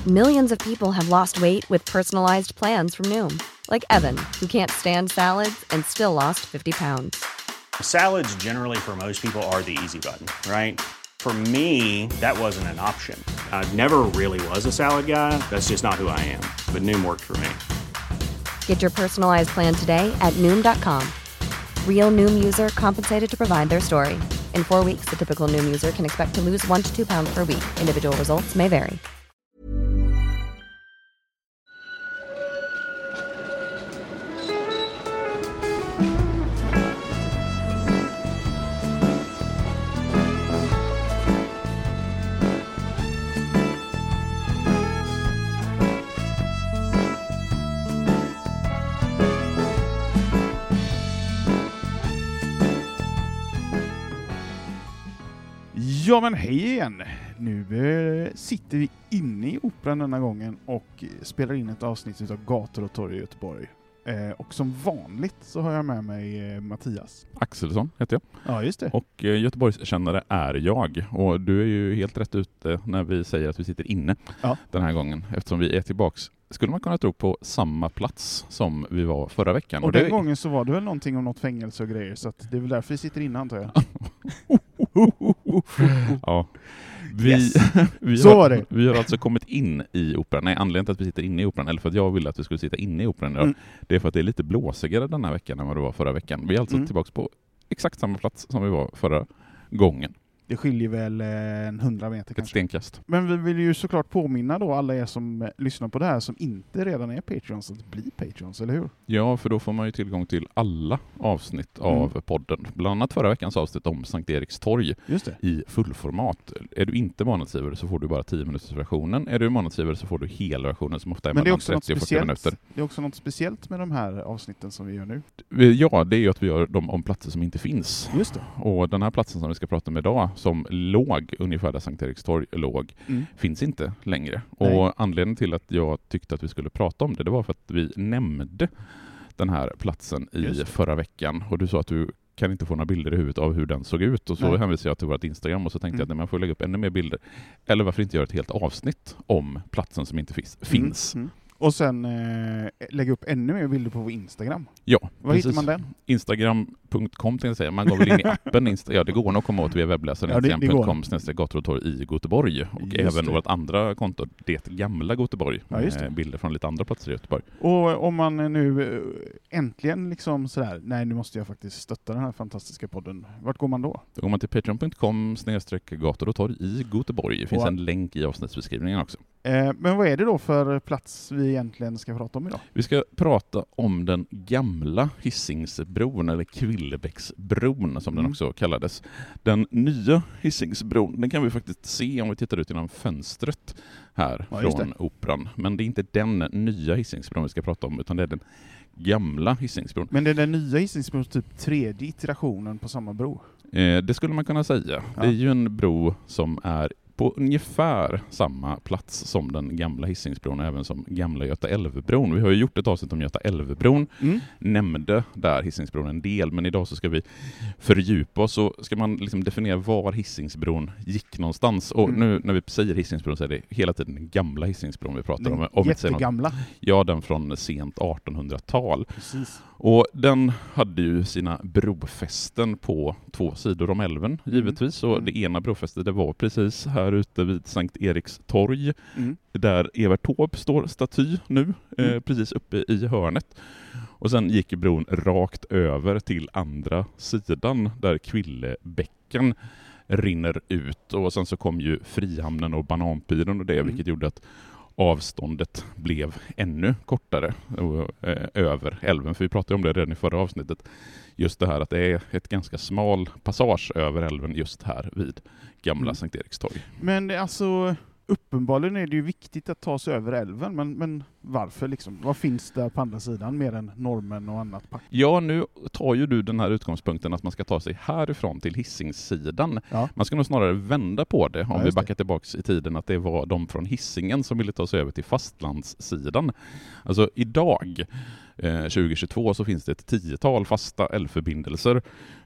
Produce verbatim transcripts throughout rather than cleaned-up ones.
Millions of people have lost weight with personalized plans from Noom. Like Evan, who can't stand salads and still lost fifty pounds. Salads generally for most people are the easy button, right? For me, that wasn't an option. I never really was a salad guy. That's just not who I am. But Noom worked for me. Get your personalized plan today at Noom dot com. Real Noom user compensated to provide their story. In four weeks, the typical Noom user can expect to lose one to two pounds per week. Individual results may vary. Ja men hej igen! Nu eh, sitter vi inne i operan denna gången och spelar in ett avsnitt av Gator och torg i Göteborg. Eh, och som vanligt så har jag med mig eh, Mattias. Axelsson heter jag. Ja just det. Och eh, Göteborgskännare är jag. Och du är ju helt rätt ute när vi säger att vi sitter inne ja. den här gången. Eftersom vi är tillbaks, skulle man kunna tro, på samma plats som vi var förra veckan. Och, och den det... gången så var det väl någonting om något fängelse och grejer. Så att det är väl därför vi sitter inne antar jag. Ja. Vi, yes. vi, så har, var det. vi har alltså kommit in i operan. Nej, anledningen till att vi sitter inne i operan, eller för att jag ville att vi skulle sitta inne i operan idag, mm. det är för att det är lite blåsigare den här veckan än vad det var förra veckan. Vi är alltså mm. tillbaka på exakt samma plats som vi var förra gången. Det skiljer väl en hundra meter Ett kanske. stenkast. Men vi vill ju såklart påminna då alla er som lyssnar på det här som inte redan är Patreons att bli Patreons, eller hur? Ja, för då får man ju tillgång till alla avsnitt mm. av podden. Bland annat förra veckans avsnitt om Sankt Eriks torg i fullformat. Är du inte månadsgivare så får du bara tio minuters versionen. Är du månadsgivare så får du hela versionen som ofta är mellan trettio och fyrtio minuter. Det är också något speciellt med de här avsnitten som vi gör nu. Ja, det är ju att vi gör dem om platser som inte finns. Just det. Och den här platsen som vi ska prata om idag, som låg ungefär där Sankt Eriks torg låg, mm. finns inte längre. Nej. Och anledningen till att jag tyckte att vi skulle prata om det, det var för att vi nämnde den här platsen i förra veckan. Och du sa att du kan inte få några bilder i huvudet av hur den såg ut. Och så Nej. hänvisade jag till vårt Instagram och så tänkte mm. jag att man får lägga upp ännu mer bilder. Eller varför inte göra ett helt avsnitt om platsen som inte finns. Mm. Mm. Och sen eh, lägga upp ännu mer bilder på vår Instagram. Ja, var precis. Hittar man den? Instagram punkt com tänkte jag säga. Man går väl in i appen. Insta- ja, det går nog att komma åt via webbläsaren. Ja, Instagram punkt com snedstreck gator och torg i Göteborg. Och just även det. vårt andra konto, det gamla Göteborg. Ja, just det. Med bilder från lite andra platser i Göteborg. Och om man nu äntligen liksom sådär, nej nu måste jag faktiskt stötta den här fantastiska podden. Vart går man då? Då går man till patreon punkt com snedstreck gator och torg i Göteborg. Det finns och, en länk i avsnittsbeskrivningen också. Eh, men vad är det då för plats vi egentligen ska prata om idag? Vi ska prata om den gamla Hisingsbron, eller Kvillebäcksbron som den mm. också kallades. Den nya Hisingsbron, den kan vi faktiskt se om vi tittar ut genom fönstret här ja, från operan. Men det är inte den nya Hisingsbron vi ska prata om, utan det är den gamla Hisingsbron. Men det är den nya Hisingsbron, typ tredje iterationen på samma bro? Eh, det skulle man kunna säga. Ja. Det är ju en bro som är på ungefär samma plats som den gamla Hisingsbron, även som gamla Göta älvbron. Vi har ju gjort ett avsnitt om Göta älvbron, mm. nämnde där Hisingsbron en del, men idag så ska vi fördjupa oss och ska man liksom definiera var Hisingsbron gick någonstans. Och mm. nu när vi säger Hisingsbron så är det hela tiden den gamla Hisingsbron vi pratar den om. om jättegamla? Något, ja, den från sent artonhundratal. Precis. Och den hade ju sina brofästen på två sidor om älven, givetvis. Mm. Och det ena brofästet det var precis här ute vid Sankt Eriks torg, mm. där Evert Taube står staty nu, mm. eh, precis uppe i hörnet. Och sen gick bron rakt över till andra sidan, där Kvillebäcken rinner ut. Och sen så kom ju Frihamnen och Bananpiren och det, mm. vilket gjorde att avståndet blev ännu kortare och, eh, över älven. För vi pratade om det redan i förra avsnittet. Just det här att det är ett ganska smal passage över älven just här vid gamla mm. Sankt Eriks torg. Men alltså uppenbarligen är det ju viktigt att ta sig över älven, men, men varför liksom? Vad finns där på andra sidan mer än normen och annat pack? Ja, nu tar ju du den här utgångspunkten att man ska ta sig härifrån till Hisingssidan. Ja. Man ska nog snarare vända på det om ja, vi backar tillbaks i tiden, att det var de från Hisingen som ville ta sig över till fastlandssidan. Alltså idag, eh, tjugo tjugotvå, så finns det ett tiotal fasta älvförbindelser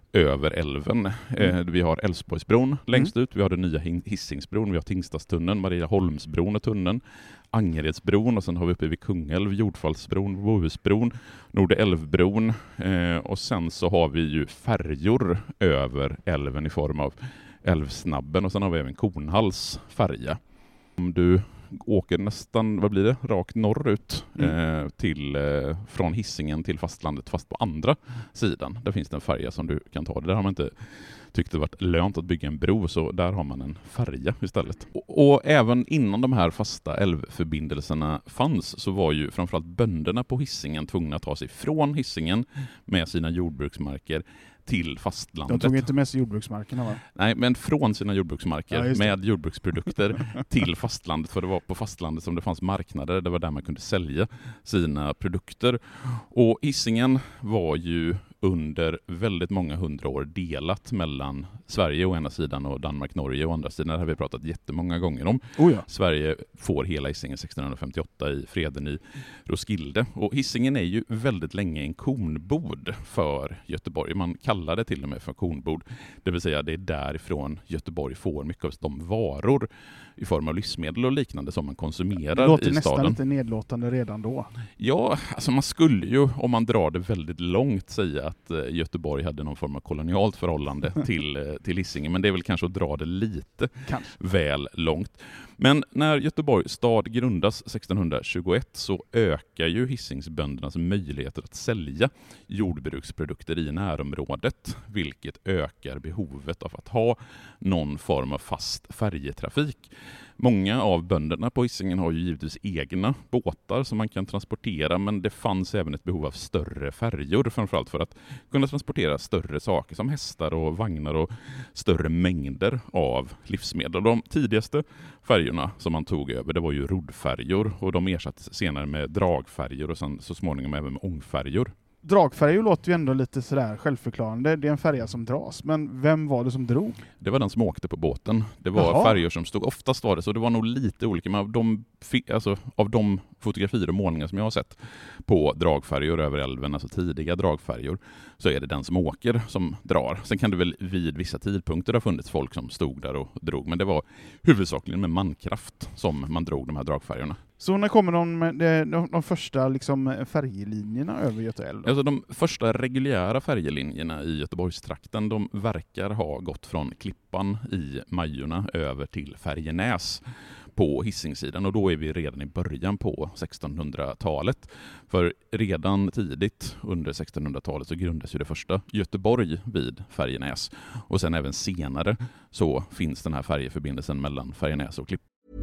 över älven. Mm. Eh, vi har Älvsborgsbron längst mm. ut, vi har den nya Hisingensbron, vi har Tingstadstunneln, Marieholmsbron och tunneln, Angeredsbron och sen har vi uppe vid Kungälv, Jordfallsbron, Bohusbron, Nordeälvbron eh, och sen så har vi ju färjor över älven i form av Älvsnabben och sen har vi även Kornhalls färja. Om du åker nästan, vad blir det, rakt norrut mm. eh, till, eh, från Hisingen till fastlandet fast på andra sidan. Där finns det en färja som du kan ta. Där har man inte tyckt det varit lönt att bygga en bro, så där har man en färja istället. Och, och även innan de här fasta älvförbindelserna fanns så var ju framförallt bönderna på Hisingen tvungna att ta sig från Hisingen med sina jordbruksmarker till fastlandet. De tog inte med sig jordbruksmarkerna, va? Nej, men från sina jordbruksmarker ja, med jordbruksprodukter till fastlandet, för det var på fastlandet som det fanns marknader, det var där man kunde sälja sina produkter. Och Hisingen var ju under väldigt många hundra år delat mellan Sverige å ena sidan och Danmark-Norge å andra sidan. Det har vi pratat jättemånga gånger om. Oh ja. Sverige får hela Hisingen sextonhundrafemtioåtta i freden i Roskilde. Och Hisingen är ju väldigt länge en kornbod för Göteborg. Man kallar det till och med för kornbod. Det vill säga det är därifrån Göteborg får mycket av de varor i form av livsmedel och liknande som man konsumerar i staden. Det låter nästan lite nedlåtande redan då. Ja, alltså man skulle ju, om man drar det väldigt långt, säga att Göteborg hade någon form av kolonialt förhållande till, till Hisingen, men det är väl kanske att dra det lite kanske. väl långt. Men när Göteborgs stad grundas sextonhundratjugoett så ökar ju Hisingsböndernas möjligheter att sälja jordbruksprodukter i närområdet, vilket ökar behovet av att ha någon form av fast färjetrafik. Många av bönderna på Hisingen har ju givetvis egna båtar som man kan transportera, men det fanns även ett behov av större färjor, framförallt för att kunna transportera större saker som hästar och vagnar och större mängder av livsmedel. De tidigaste färjorna som man tog över, det var ju roddfärjor, och de ersattes senare med dragfärjor och sen så småningom även med ångfärjor. Dragfärjor låter ju ändå lite sådär självförklarande. Det är en färja som dras. Men vem var det som drog? Det var den som åkte på båten. Det var Jaha. färjor som stod, oftast var det så. Det var nog lite olika, men av de, alltså, av de fotografier och målningar som jag har sett på dragfärjor över älven, alltså tidiga dragfärjor, så är det den som åker som drar. Sen kan det väl vid vissa tidpunkter ha funnits folk som stod där och drog, men det var huvudsakligen med mankraft som man drog de här dragfärjorna. Så när kommer de, de, de första liksom, färjelinjerna över Göta älv? Alltså de första reguljära färjelinjerna i Göteborgstrakten, de verkar ha gått från Klippan i Majorna över till Färjenäs på Hisingssidan, och då är vi redan i början på sextonhundratalet. För redan tidigt under sextonhundratalet så grundas ju det första Göteborg vid Färjenäs, och sen även senare så finns den här färjeförbindelsen mellan Färjenäs och Klippan.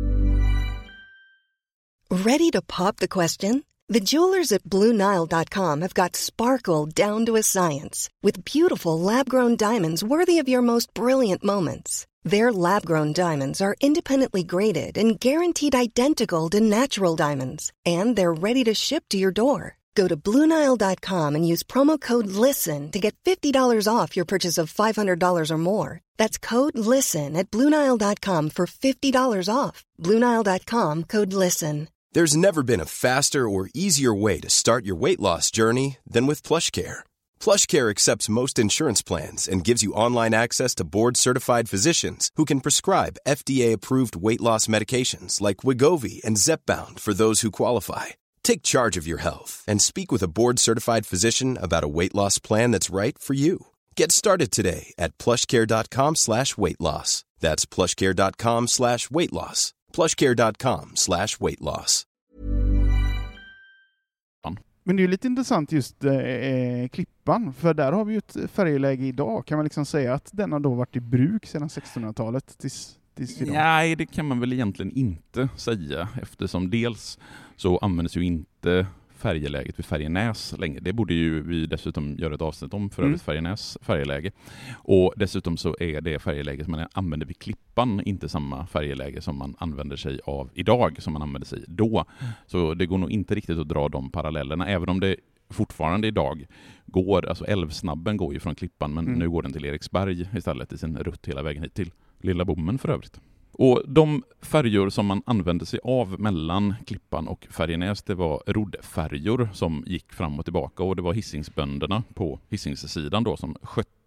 Ready to pop the question? The jewelers at Blue Nile dot com have got sparkle down to a science with beautiful lab-grown diamonds worthy of your most brilliant moments. Their lab-grown diamonds are independently graded and guaranteed identical to natural diamonds, and they're ready to ship to your door. Go to Blue Nile dot com and use promo code LISTEN to get fifty dollars off your purchase of five hundred dollars or more. That's code LISTEN at Blue Nile dot com for fifty dollars off. Blue Nile dot com, code LISTEN. There's never been a faster or easier way to start your weight loss journey than with PlushCare. PlushCare accepts most insurance plans and gives you online access to board-certified physicians who can prescribe F D A-approved weight loss medications like Wegovy and Zepbound for those who qualify. Take charge of your health and speak with a board-certified physician about a weight loss plan that's right for you. Get started today at plushcare.com slash weight loss. That's plushcare.com slash weight loss. plushcare.com slash weight loss. Men det är ju lite intressant just eh, Klippan, för där har vi ju ett färjeläge idag. Kan man liksom säga att den har då varit i bruk sedan sextonhundratalet tills, tills idag? Nej, det kan man väl egentligen inte säga, eftersom dels så används ju inte färjeläget vid Färjenäs längre. Det borde ju vi dessutom göra ett avsnitt om, för övrigt mm. Färjenäs färjeläge. Och dessutom så är det färjeläget som man använder vid Klippan inte samma färjeläge som man använder sig av idag, som man använde sig då. Så det går nog inte riktigt att dra de parallellerna, även om det fortfarande idag går, alltså Älvsnabben går ju från Klippan, men mm. nu går den till Eriksberg istället i sin rutt hela vägen hit till Lilla Bommen för övrigt. Och de färjor som man använde sig av mellan Klippan och Färjenäs, det var roddfärjor som gick fram och tillbaka, och det var Hisingsbönderna på Hisingssidan då som skötte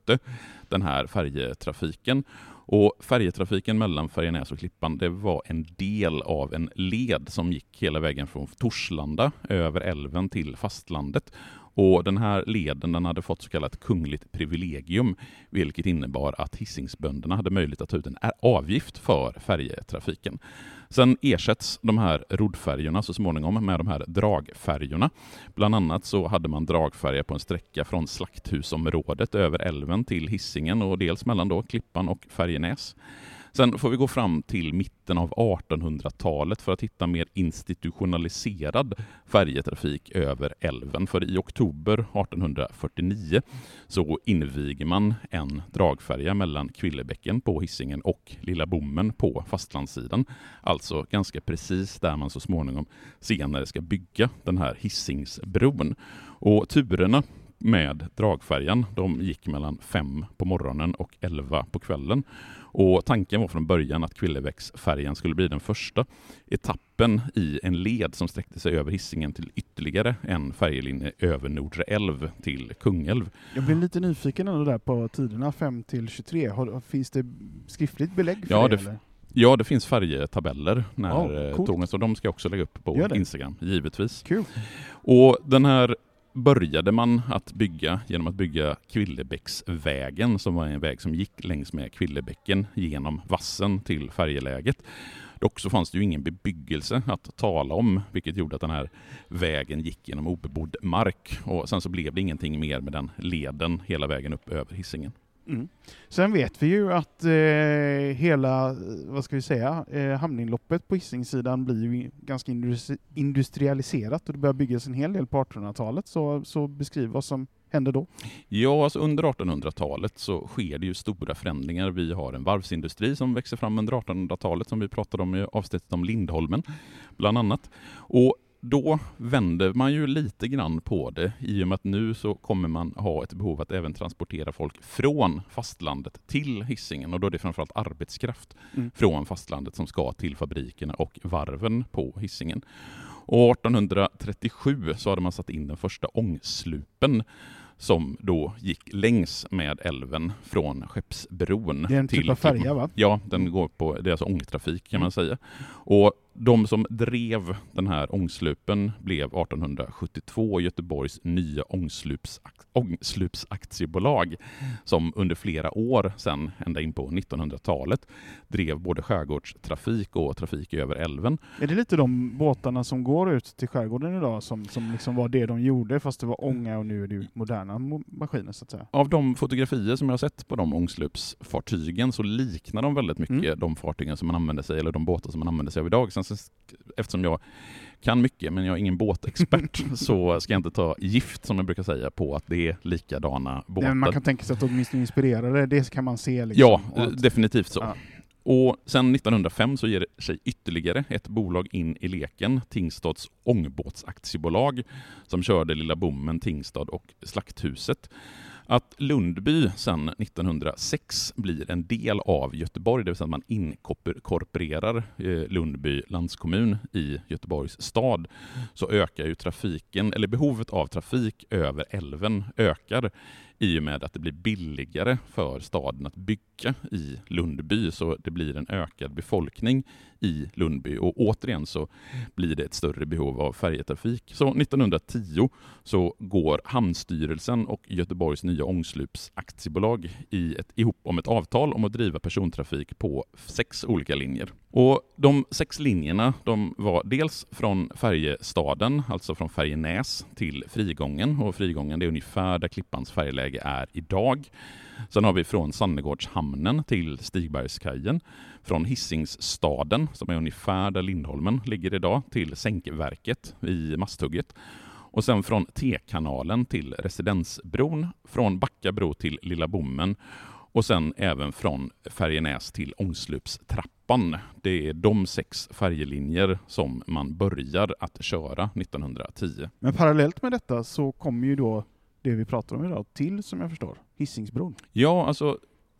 skötte den här färjetrafiken. Och färjetrafiken mellan Färjenäs och Klippan, det var en del av en led som gick hela vägen från Torslanda över älven till fastlandet. Och den här leden den hade fått så kallat kungligt privilegium, vilket innebar att Hisingsbönderna hade möjlighet att ta ut en avgift för färjetrafiken. Sen ersätts de här roddfärjorna så småningom med de här dragfärjorna. Bland annat så hade man dragfärja på en sträcka från Slakthusområdet över älven till Hisingen och dels mellan då Klippan och Färjenäs. Sen får vi gå fram till mitten av artonhundratalet för att hitta mer institutionaliserad färjetrafik över älven. För i oktober artonhundrafyrtionio så inviger man en dragfärja mellan Kvillebäcken på Hisingen och Lilla Bommen på fastlandssidan. Alltså ganska precis där man så småningom senare ska bygga den här Hisingsbron. Och turerna med dragfärjan, de gick mellan fem på morgonen och elva på kvällen. Och tanken var från början att Kvillebäcksfärjan skulle bli den första etappen i en led som sträckte sig över Hisingen till ytterligare en färjelinje över Nordre älv till Kungälv. Jag blir lite nyfiken ändå där på tiderna fem till tjugotre. Har, finns det skriftligt belägg för ja, det? det eller? Ja, det finns färjetabeller när oh, tågen, så de ska jag också lägga upp på Instagram, givetvis. Kul. Och den här började man att bygga genom att bygga Kvillebäcksvägen, som var en väg som gick längs med Kvillebäcken genom vassen till färjeläget. Dock så fanns det ju ingen bebyggelse att tala om, vilket gjorde att den här vägen gick genom obebodd mark. Och sen så blev det ingenting mer med den leden hela vägen upp över Hisingen. Mm. Sen vet vi ju att eh, hela, vad ska vi säga, eh, hamninloppet på Hisingssidan blir ju ganska industri- industrialiserat och det börjar byggas en hel del på artonhundratalet. Så, så beskriv vad som händer då. Ja, alltså under artonhundratalet så sker det ju stora förändringar. Vi har en varvsindustri som växer fram under artonhundratalet som vi pratade om i avsnittet om Lindholmen bland annat. Och då vänder man ju lite grann på det i och med att nu så kommer man ha ett behov att även transportera folk från fastlandet till Hisingen, och då är det framförallt arbetskraft mm. från fastlandet som ska till fabrikerna och varven på Hisingen. Och artonhundratrettiosju så hade man satt in den första ångslupen som då gick längs med älven från Skeppsbron. Det är en till typ av färja, va? Ja, den går på, det är alltså ångtrafik kan mm. man säga. Och de som drev den här ångslupen blev artonhundrasjuttiotvå Göteborgs nya ångslups, ångslupsaktiebolag som under flera år sedan ända in på nittonhundratalet drev både skärgårdstrafik och trafik över älven. Är det lite de båtarna som går ut till skärgården idag som, som liksom var det de gjorde fast det var ånga och nu är det moderna maskiner så att säga? Av de fotografier som jag har sett på de ångslupsfartygen så liknar de väldigt mycket mm. de fartygen som man använder sig eller de båtar som man använder sig av idag. Sen, eftersom jag kan mycket men jag är ingen båtexpert så ska jag inte ta gift som jag brukar säga på att det är likadana båtar. Men man kan tänka sig att de åtminstone inspirerade, det kan man se. Liksom. Ja, definitivt så. Ja. Och sen nittonhundrafem så ger sig ytterligare ett bolag in i leken, Tingstads ångbåtsaktiebolag, som körde Lilla Bommen, Tingstad och Slakthuset. Att Lundby sedan nittonhundrasex blir en del av Göteborg, det vill säga att man inkorporerar eh, Lundby landskommun i Göteborgs stad, så ökar ju trafiken, eller behovet av trafik över älven ökar i och med att det blir billigare för staden att bygga i Lundby, så det blir en ökad befolkning i Lundby och återigen så blir det ett större behov av färjetrafik. Så nittonhundratio så går Hamnstyrelsen och Göteborgs nya ångslupsaktiebolag i ett, ihop om ett avtal om att driva persontrafik på sex olika linjer. Och de sex linjerna de var dels från färjestaden, alltså från Färjenäs till Frigången, och Frigången det är ungefär där Klippans färjeläge är idag. Sen har vi från Sannegårdshamnen till Stigbergskajen, från Hisingsstaden som är ungefär där Lindholmen ligger idag till Sänkverket i Masthugget. Och sen från T-kanalen till Residensbron, från Backabro till Lilla Bommen och sen även från Färjenäs till Ångslupstrappan. Det är de sex färjelinjer som man börjar att köra nittonhundratio. Men parallellt med detta så kommer ju då det vi pratar om idag till, som jag förstår, Hisingsbron. Ja, alltså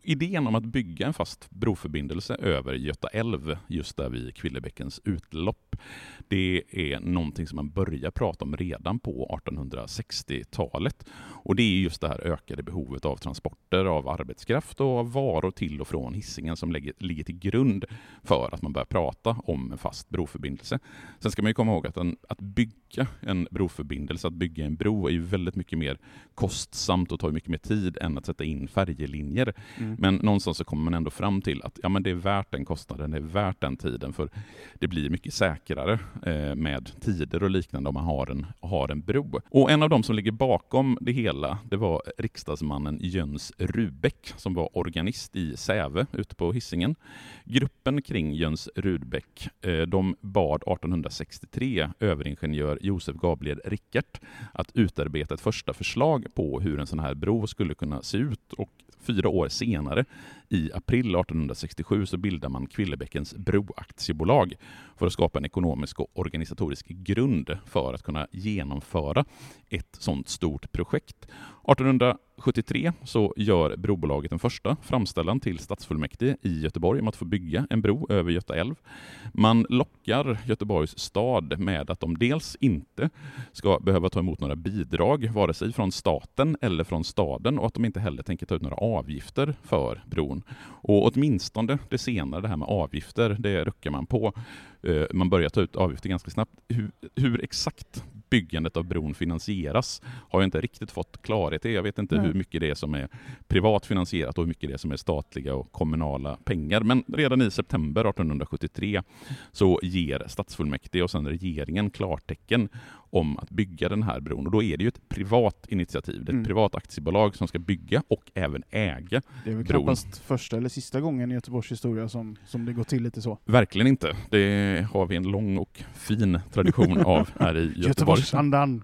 idén om att bygga en fast broförbindelse över Göta älv just där vid Kvillebäckens utlopp, det är någonting som man börjar prata om redan på artonhundrasextiotalet. Och det är just det här ökade behovet av transporter av arbetskraft och av varor till och från Hisingen som lägger, ligger till grund för att man börjar prata om en fast broförbindelse. Sen ska man ju komma ihåg att, en, att bygga en broförbindelse, att bygga en bro är ju väldigt mycket mer kostsamt och tar mycket mer tid än att sätta in färjelinjer. Mm. Men någonstans så kommer man ändå fram till att ja, men det är värt den kostnaden, det är värt den tiden, för det blir mycket säkrare eh, med tider och liknande om man har en, har en bro. Och en av de som ligger bakom det hela, det var riksdagsmannen Jöns Rudbeck som var organist i Säve ute på Hisingen. Gruppen kring Jöns Rudbeck, eh, de bad artonhundrasextiotre överingenjör Josef Gabriel Rickert att utarbeta ett första förslag på hur en sån här bro skulle kunna se ut, och fyra år senare, i april artonhundrasextiosju, så bildar man Kvillebäckens broaktiebolag för att skapa en ekonomisk och organisatorisk grund för att kunna genomföra ett sådant stort projekt. artonhundrasjuttiotre så gör brobolaget den första framställan till stadsfullmäktige i Göteborg om att få bygga en bro över Göta älv. Man lockar Göteborgs stad med att de dels inte ska behöva ta emot några bidrag, vare sig från staten eller från staden, och att de inte heller tänker ta ut några avgifter för bron. Och åtminstone det senare, det här med avgifter, det ruckar man på. Man börjar ta ut avgifter ganska snabbt. Hur, hur exakt byggandet av bron finansieras har jag inte riktigt fått klarhet i. Jag vet inte mm. hur mycket det är som är privat finansierat och hur mycket det är som är statliga och kommunala pengar. Men redan i september artonhundrasjuttiotre så ger stadsfullmäktige och sen regeringen klartecken om att bygga den här bron. Och då är det ju ett privat initiativ. Det är ett mm. privat aktiebolag som ska bygga och även äga Det är väl bron. knappast första eller sista gången i Göteborgs historia som, som det går till lite så. Verkligen inte. Det har vi en lång och fin tradition av här i Göteborg. Göteborgsandan.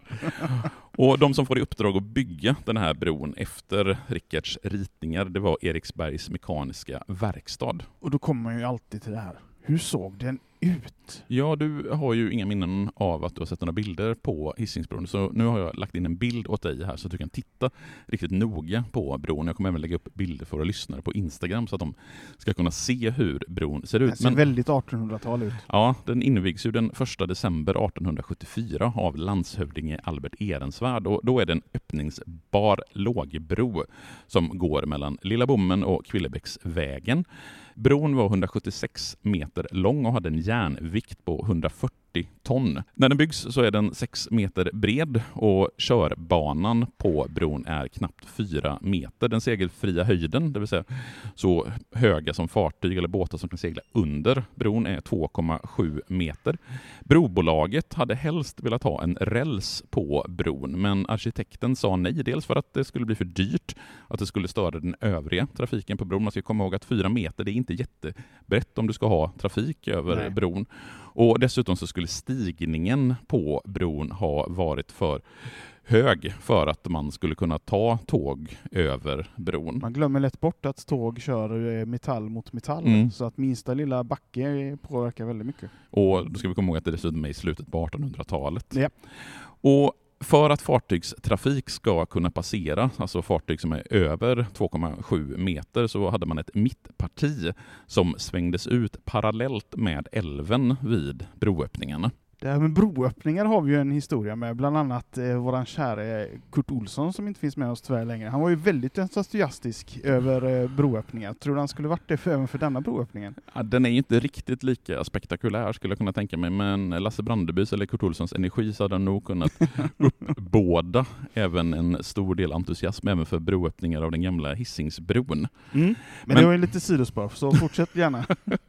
Och de som får i uppdrag att bygga den här bron efter Rickards ritningar, det var Eriksbergs mekaniska verkstad. Och då kommer man ju alltid till det här. Hur såg den ut? Ja, du har ju inga minnen av att du har sett några bilder på Hisingsbron. Så nu har jag lagt in en bild åt dig här så att du kan titta riktigt noga på bron. Jag kommer även lägga upp bilder för att lyssna på Instagram så att de ska kunna se hur bron ser ut. Det ser Men, väldigt artonhundratal ut. Ja, den invigs ju den första december artonhundrasjuttiofyra av landshövdinge Albert Ehrensvärd. Och då är det en öppningsbar lågbro som går mellan Lilla Bommen och Kvillebäcksvägen. Bron var hundrasjuttiosex meter lång och hade en järnvikt på hundrafyrtio ton. När den byggs så är den sex meter bred och körbanan på bron är knappt fyra meter. Den segelfria höjden, det vill säga så höga som fartyg eller båtar som kan segla under bron, är två komma sju meter. Brobolaget hade helst velat ha en räls på bron, men arkitekten sa nej, dels för att det skulle bli för dyrt, att det skulle störa den övriga trafiken på bron. Man ska komma ihåg att fyra meter, det är inte jättebrett om du ska ha trafik över nej. bron. Och dessutom så skulle stigningen på bron ha varit för hög för att man skulle kunna ta tåg över bron. Man glömmer lätt bort att tåg kör metall mot metall, mm. så att minsta lilla backe påverkar väldigt mycket. Och då ska vi komma ihåg att det dessutom är i slutet på artonhundratalet. Ja. Och för att fartygstrafik ska kunna passera, alltså fartyg som är över två komma sju meter, så hade man ett mittparti som svängdes ut parallellt med älven vid broöppningarna. Det här med broöppningar har vi ju en historia med, bland annat eh, våran kära Kurt Olsson som inte finns med oss tyvärr längre. Han var ju väldigt entusiastisk över eh, broöppningar. Tror du han skulle varit det för, även för denna broöppningen? Ja, den är ju inte riktigt lika spektakulär skulle jag kunna tänka mig, men Lasse Brandebys eller Kurt Olssons energi så hade han nog kunnat uppbåda även en stor del entusiasm även för broöppningar av den gamla Hisingsbron. Mm. Men, men det var ju lite sidospår, så fortsätt gärna.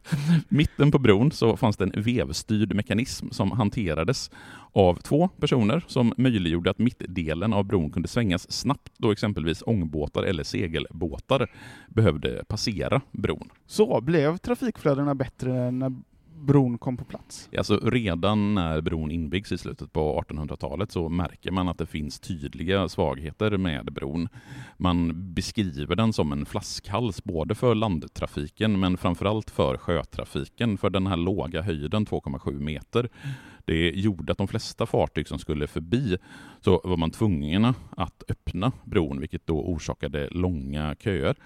Mitten på bron så fanns det en vevstyrd mekanism som hanterades av två personer som möjliggjorde att mittdelen av bron kunde svängas snabbt då exempelvis ångbåtar eller segelbåtar behövde passera bron. Så blev trafikflödena bättre när bron kom på plats? Alltså redan när bron inbyggs i slutet på artonhundratalet så märker man att det finns tydliga svagheter med bron. Man beskriver den som en flaskhals både för landtrafiken men framförallt för sjötrafiken, för den här låga höjden två komma sju meter. Det gjorde att de flesta fartyg som skulle förbi så var man tvungna att öppna bron, vilket då orsakade långa köer.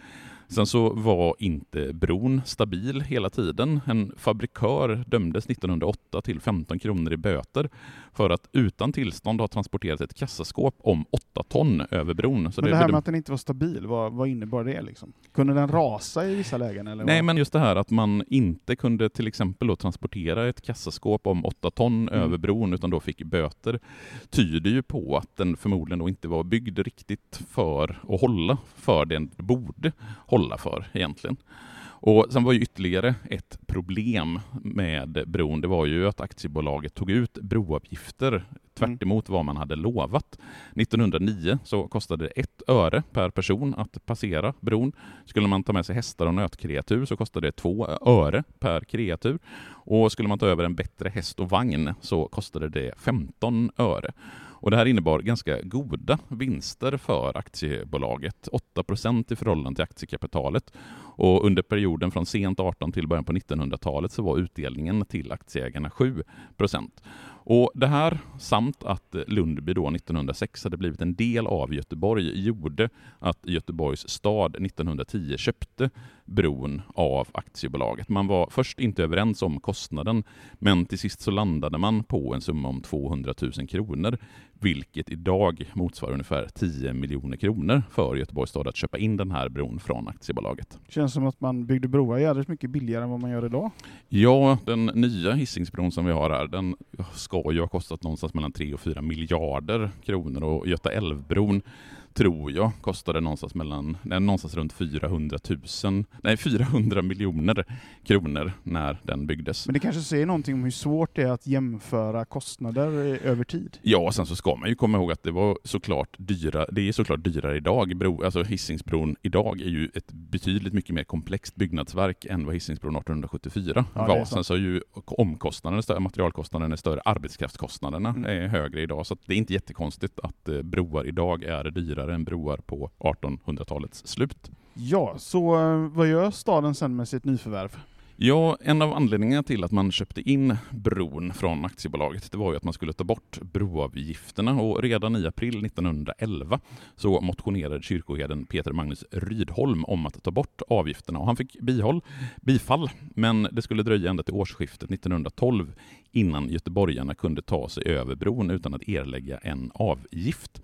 Sen så var inte bron stabil hela tiden. En fabrikör dömdes nittonhundraåtta till femton kronor i böter för att utan tillstånd ha transporterat ett kassaskåp om åtta ton över bron. Så men det, det här bedöm- med att den inte var stabil, vad, vad innebar det liksom? Kunde den rasa i vissa lägen? Eller Nej, vad? men just det här att man inte kunde till exempel då transportera ett kassaskåp om åtta ton Mm. över bron utan då fick böter, tyder ju på att den förmodligen då inte var byggd riktigt för att hålla för det den borde hålla för egentligen. Och sen var ju ytterligare ett problem med bron, det var ju att aktiebolaget tog ut broavgifter tvärt emot vad man hade lovat. nittonhundranio så kostade det ett öre per person att passera bron. Skulle man ta med sig hästar och nötkreatur så kostade det två öre per kreatur. Och skulle man ta över en bättre häst och vagn så kostade det femton öre. Och det här innebar ganska goda vinster för aktiebolaget, åtta procent i förhållande till aktiekapitalet. Och under perioden från sent arton till början på nittonhundratalet så var utdelningen till aktieägarna sju procent. Och det här samt att Lundby då nittonhundrasex hade blivit en del av Göteborg gjorde att Göteborgs stad nittonhundratio köpte bron av aktiebolaget. Man var först inte överens om kostnaden, men till sist så landade man på en summa om tvåhundratusen kronor, vilket idag motsvarar ungefär tio miljoner kronor för Göteborgs stad att köpa in den här bron från aktiebolaget. Känns som att man byggde broar jävligt mycket billigare än vad man gör idag. Ja, den nya Hisingsbron som vi har här, den ska ju ha kostat någonstans mellan tre och fyra miljarder kronor, och Göta älvbron tror jag kostade någonstans mellan nej, någonstans runt fyrahundratusen, nej fyrahundra miljoner kronor när den byggdes. Men det kanske säger någonting om hur svårt det är att jämföra kostnader över tid. Ja, sen så ska man ju komma ihåg att det var såklart dyra, det är såklart dyrare idag. Bro, alltså Hisingsbron idag är ju ett betydligt mycket mer komplext byggnadsverk än vad Hisingsbron artonhundrasjuttiofyra ja, var. Sen så är ju omkostnaderna större, materialkostnaderna är större, arbetskraftskostnaderna Mm. är högre idag. Så att det är inte jättekonstigt att eh, broar idag är dyrare än broar på artonhundratalets slut. Ja, så eh, vad gör staden sen med sitt nyförvärv? Ja, en av anledningarna till att man köpte in bron från aktiebolaget, det var ju att man skulle ta bort broavgifterna, och redan i april nittonhundraelva så motionerade kyrkoherden Peter Magnus Rydholm om att ta bort avgifterna, och han fick bihåll, bifall, men det skulle dröja ända till årsskiftet nittonhundratolv innan göteborgarna kunde ta sig över bron utan att erlägga en avgift.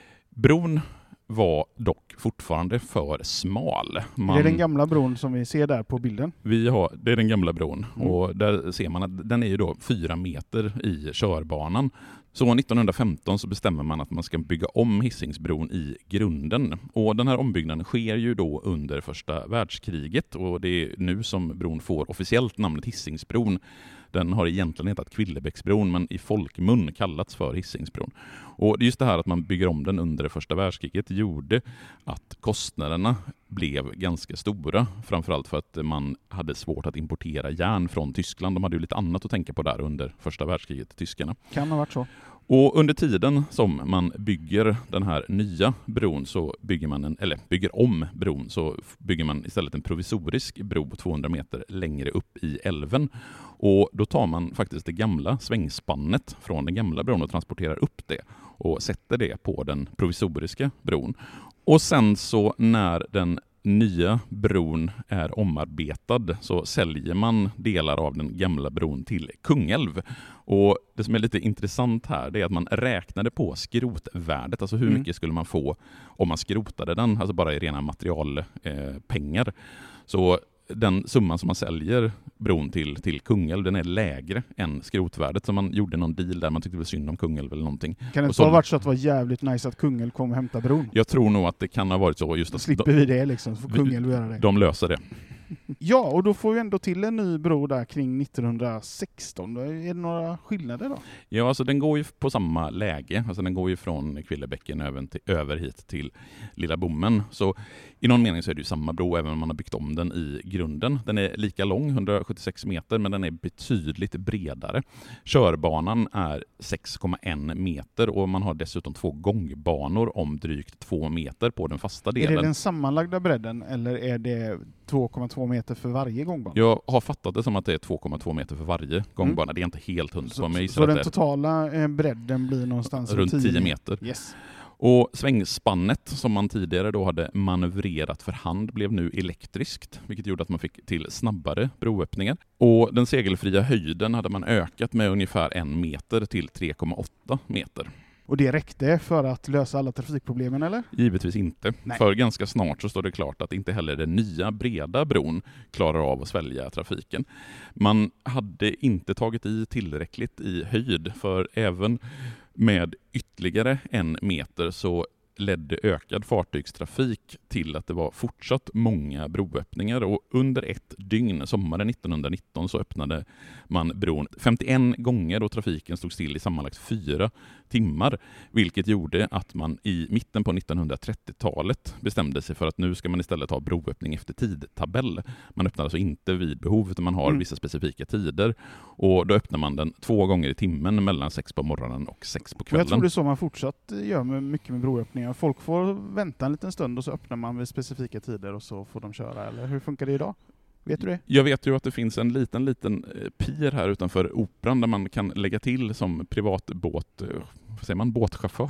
Bron var dock fortfarande för smal. Man, Det är den gamla bron som vi ser där på bilden. vi har, det är den gamla bron, Mm. och där ser man att den är ju då fyra meter i körbanan. Så nittonhundrafemton så bestämmer man att man ska bygga om Hisingsbron i grunden. Och den här ombyggnaden sker ju då under första världskriget, och det är nu som bron får officiellt namnet Hisingsbron. Den har egentligen hetat Kvillebäcksbron, men i folkmun kallats för Hisingsbron. Och just det här att man bygger om den under första världskriget gjorde att kostnaderna blev ganska stora. Framförallt för att man hade svårt att importera järn från Tyskland. De hade ju lite annat att tänka på där under första världskriget, tyskarna. Kan ha varit så. Och under tiden som man bygger den här nya bron så bygger man en, eller bygger om bron så bygger man istället en provisorisk bro tvåhundra meter längre upp i älven. Och då tar man faktiskt det gamla svängspannet från den gamla bron och transporterar upp det och sätter det på den provisoriska bron. Och sen så när den nya bron är omarbetad så säljer man delar av den gamla bron till Kungälv. Och det som är lite intressant här det är att man räknade på skrotvärdet, alltså hur Mm. mycket skulle man få om man skrotade den, alltså bara i rena materialpengar. Eh, så den summan som man säljer bron till, till Kungälv, den är lägre än skrotvärdet. Så man gjorde någon deal där man tyckte det var synd om Kungälv eller någonting. Kan det Och inte så- ha varit så att det var jävligt nice att Kungälv kom och hämtade bron? Jag tror nog att det kan ha varit så just Då att slipper de, vi det liksom, så får Kungälv göra det. de löser det. Ja, och då får vi ändå till en ny bro där kring nittonhundrasexton. Då är det några skillnader då? Ja, alltså den går ju på samma läge. Alltså den går ju från Kvillebäcken över, till, över hit till Lilla Bommen. Så i någon mening så är det ju samma bro även om man har byggt om den i grunden. Den är lika lång, hundrasjuttiosex meter, men den är betydligt bredare. Körbanan är sex komma en meter och man har dessutom två gångbanor om drygt två meter på den fasta Är delen. det den sammanlagda bredden eller är det två komma två meter för varje gångbana? Jag har fattat det som att det är två komma två meter för varje gångbana. Mm. Det är inte helt hundra Så, på mig. så den totala eh, bredden blir någonstans runt tio meter. Yes. Och svängspannet som man tidigare då hade manövrerat för hand blev nu elektriskt, vilket gjorde att man fick till snabbare broöppningar. Och den segelfria höjden hade man ökat med ungefär en meter till tre komma åtta meter. Och det räckte för att lösa alla trafikproblemen, eller? Givetvis inte. Nej. För ganska snart så står det klart att inte heller den nya breda bron klarar av att svälja trafiken. Man hade inte tagit i tillräckligt i höjd, för även med ytterligare en meter så ledde ökad fartygstrafik till att det var fortsatt många broöppningar, och under ett dygn, sommaren nittonhundranitton, så öppnade man bron femtioen gånger och trafiken stod still i sammanlagt fyra timmar, vilket gjorde att man i mitten på nittonhundratrettiotalet bestämde sig för att nu ska man istället ha broöppning efter tidtabell. Man öppnar alltså inte vid behov, utan man har mm. vissa specifika tider, och då öppnar man den två gånger i timmen mellan sex på morgonen och sex på kvällen. Jag tror det är så man fortsatt gör med mycket med broöppningar. Folk får vänta en liten stund och så öppnar man vid specifika tider och så får de köra, eller hur funkar det idag? Vet du det? Jag vet ju att det finns en liten, liten pier här utanför Operan där man kan lägga till som privatbåt, vad säger man, båtchaufför?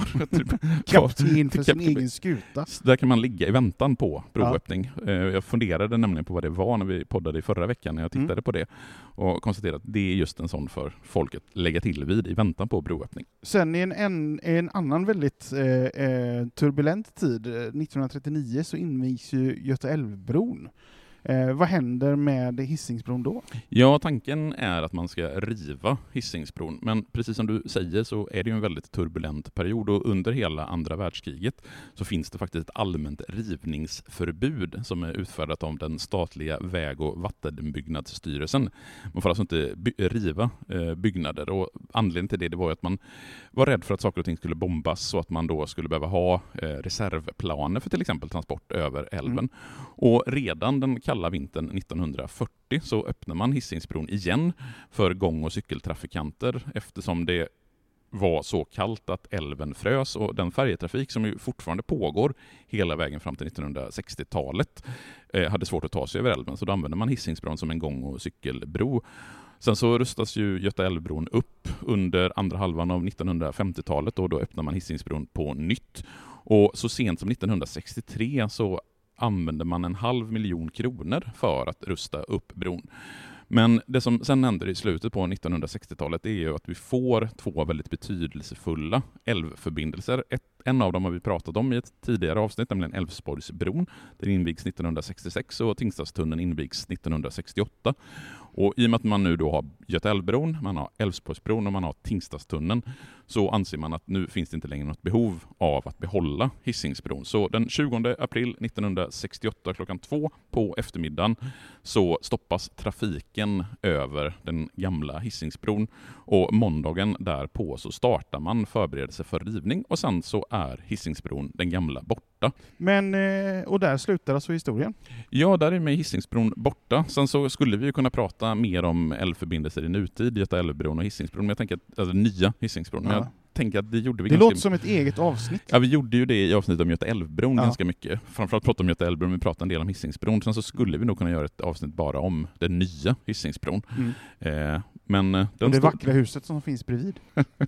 Kapten för sin egen skuta. Där kan man ligga i väntan på broöppning. Ja. Jag funderade nämligen på vad det var när vi poddade i förra veckan när jag tittade mm. på det, och konstaterade att det är just en sån för folket lägga till vid i väntan på broöppning. Sen i en, en, en annan väldigt eh, turbulent tid, nittonhundratrettionio, så invigs ju Göta älvbron. Eh, vad händer med Hisingsbron då? Ja, tanken är att man ska riva Hisingsbron, men precis som du säger så är det ju en väldigt turbulent period, och under hela andra världskriget så finns det faktiskt ett allmänt rivningsförbud som är utfärdat av den statliga väg- och vattenbyggnadsstyrelsen. Man får alltså inte by- riva eh, byggnader, och anledningen till det, det var ju att man var rädd för att saker och ting skulle bombas, så att man då skulle behöva ha eh, reservplaner för till exempel transport över älven. Mm. Och redan den kalla vintern nittonhundrafyrtio så öppnar man Hisingsbron igen för gång- och cykeltrafikanter, eftersom det var så kallt att älven frös, och den färjetrafik som ju fortfarande pågår hela vägen fram till nittonhundrasextiotalet eh, hade svårt att ta sig över älven, så då använder man Hisingsbron som en gång- och cykelbro. Sen så rustas ju Göta älvbron upp under andra halvan av nittonhundrafemtiotalet, och då öppnar man Hisingsbron på nytt. Och så sent som nittonhundrasextiotre så använder man en halv miljon kronor för att rusta upp bron. Men det som sen händer i slutet på nittonhundrasextiotalet är ju att vi får två väldigt betydelsefulla älvförbindelser. Ett, en av dem har vi pratat om i ett tidigare avsnitt, nämligen Älvsborgsbron. Den invigs nittonhundrasextiosex och Tingstadstunneln invigs nittonhundrasextioåtta. Och i och med att man nu då har Göta älvbron, man har Älvsborgsbron och man har Tingstadstunneln, så anser man att nu finns det inte längre något behov av att behålla Hisingsbron. Så den tjugonde april nittonhundrasextioåtta klockan två på eftermiddagen så stoppas trafiken över den gamla Hisingsbron, och måndagen därpå så startar man förberedelse för rivning, och sen så är Hisingsbron den gamla borta. Men, och där slutar alltså historien? Ja, där är med Hisingsbron borta. Sen så skulle vi ju kunna prata mer om älvförbindelser i nutid, Göta älvbron och Hisingsbron, men jag tänker att, alltså nya Hisingsbron, ja. Men jag tänker att det gjorde vi det ganska... låter som ett eget avsnitt. Ja, vi gjorde ju det i avsnittet om Göta älvbron ja. ganska mycket. Framförallt prata om Göta älvbron, vi pratade en del om Hisingsbron. Sen så skulle vi nog kunna göra ett avsnitt bara om den nya Hisingsbron. Mm. Eh, men den och det stod... vackra huset som finns bredvid.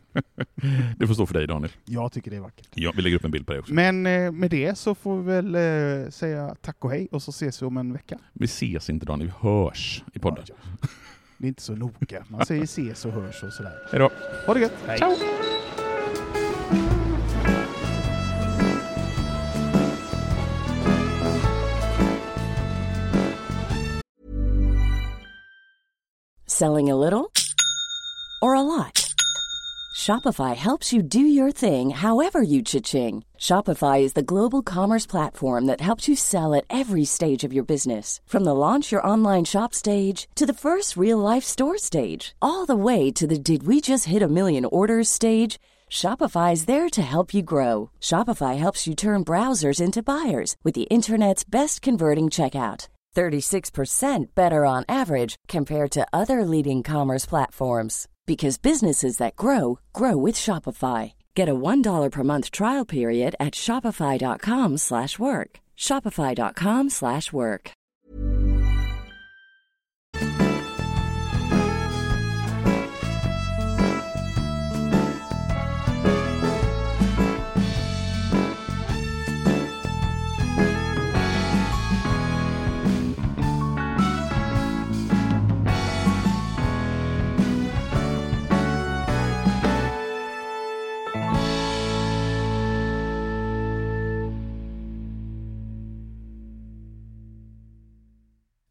Det får stå för dig, Daniel. Jag tycker det är vackert. Ja, vi lägger upp en bild på det också. Men eh, med det så får vi väl eh, säga tack och hej, och så ses vi om en vecka. Vi ses inte, Daniel, vi hörs i podden. Ja, ja. Det är inte så noga. Man säger ses och hörs och sådär. Hej då. Ha det gött. Hej. Ciao. Selling a little or a lot? Shopify helps you do your thing however you cha-ching. Shopify is the global commerce platform that helps you sell at every stage of your business. From the launch your online shop stage to the first real-life store stage, all the way to the did we just hit a million orders stage. Shopify is there to help you grow. Shopify helps you turn browsers into buyers with the internet's best converting checkout. thirty-six percent better on average compared to other leading commerce platforms. Because businesses that grow, grow with Shopify. Get a one dollar per month trial period at shopify.com slash work. Shopify.com slash work.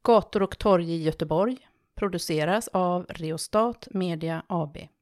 Gator och torg i Göteborg produceras av Reostat Media A B.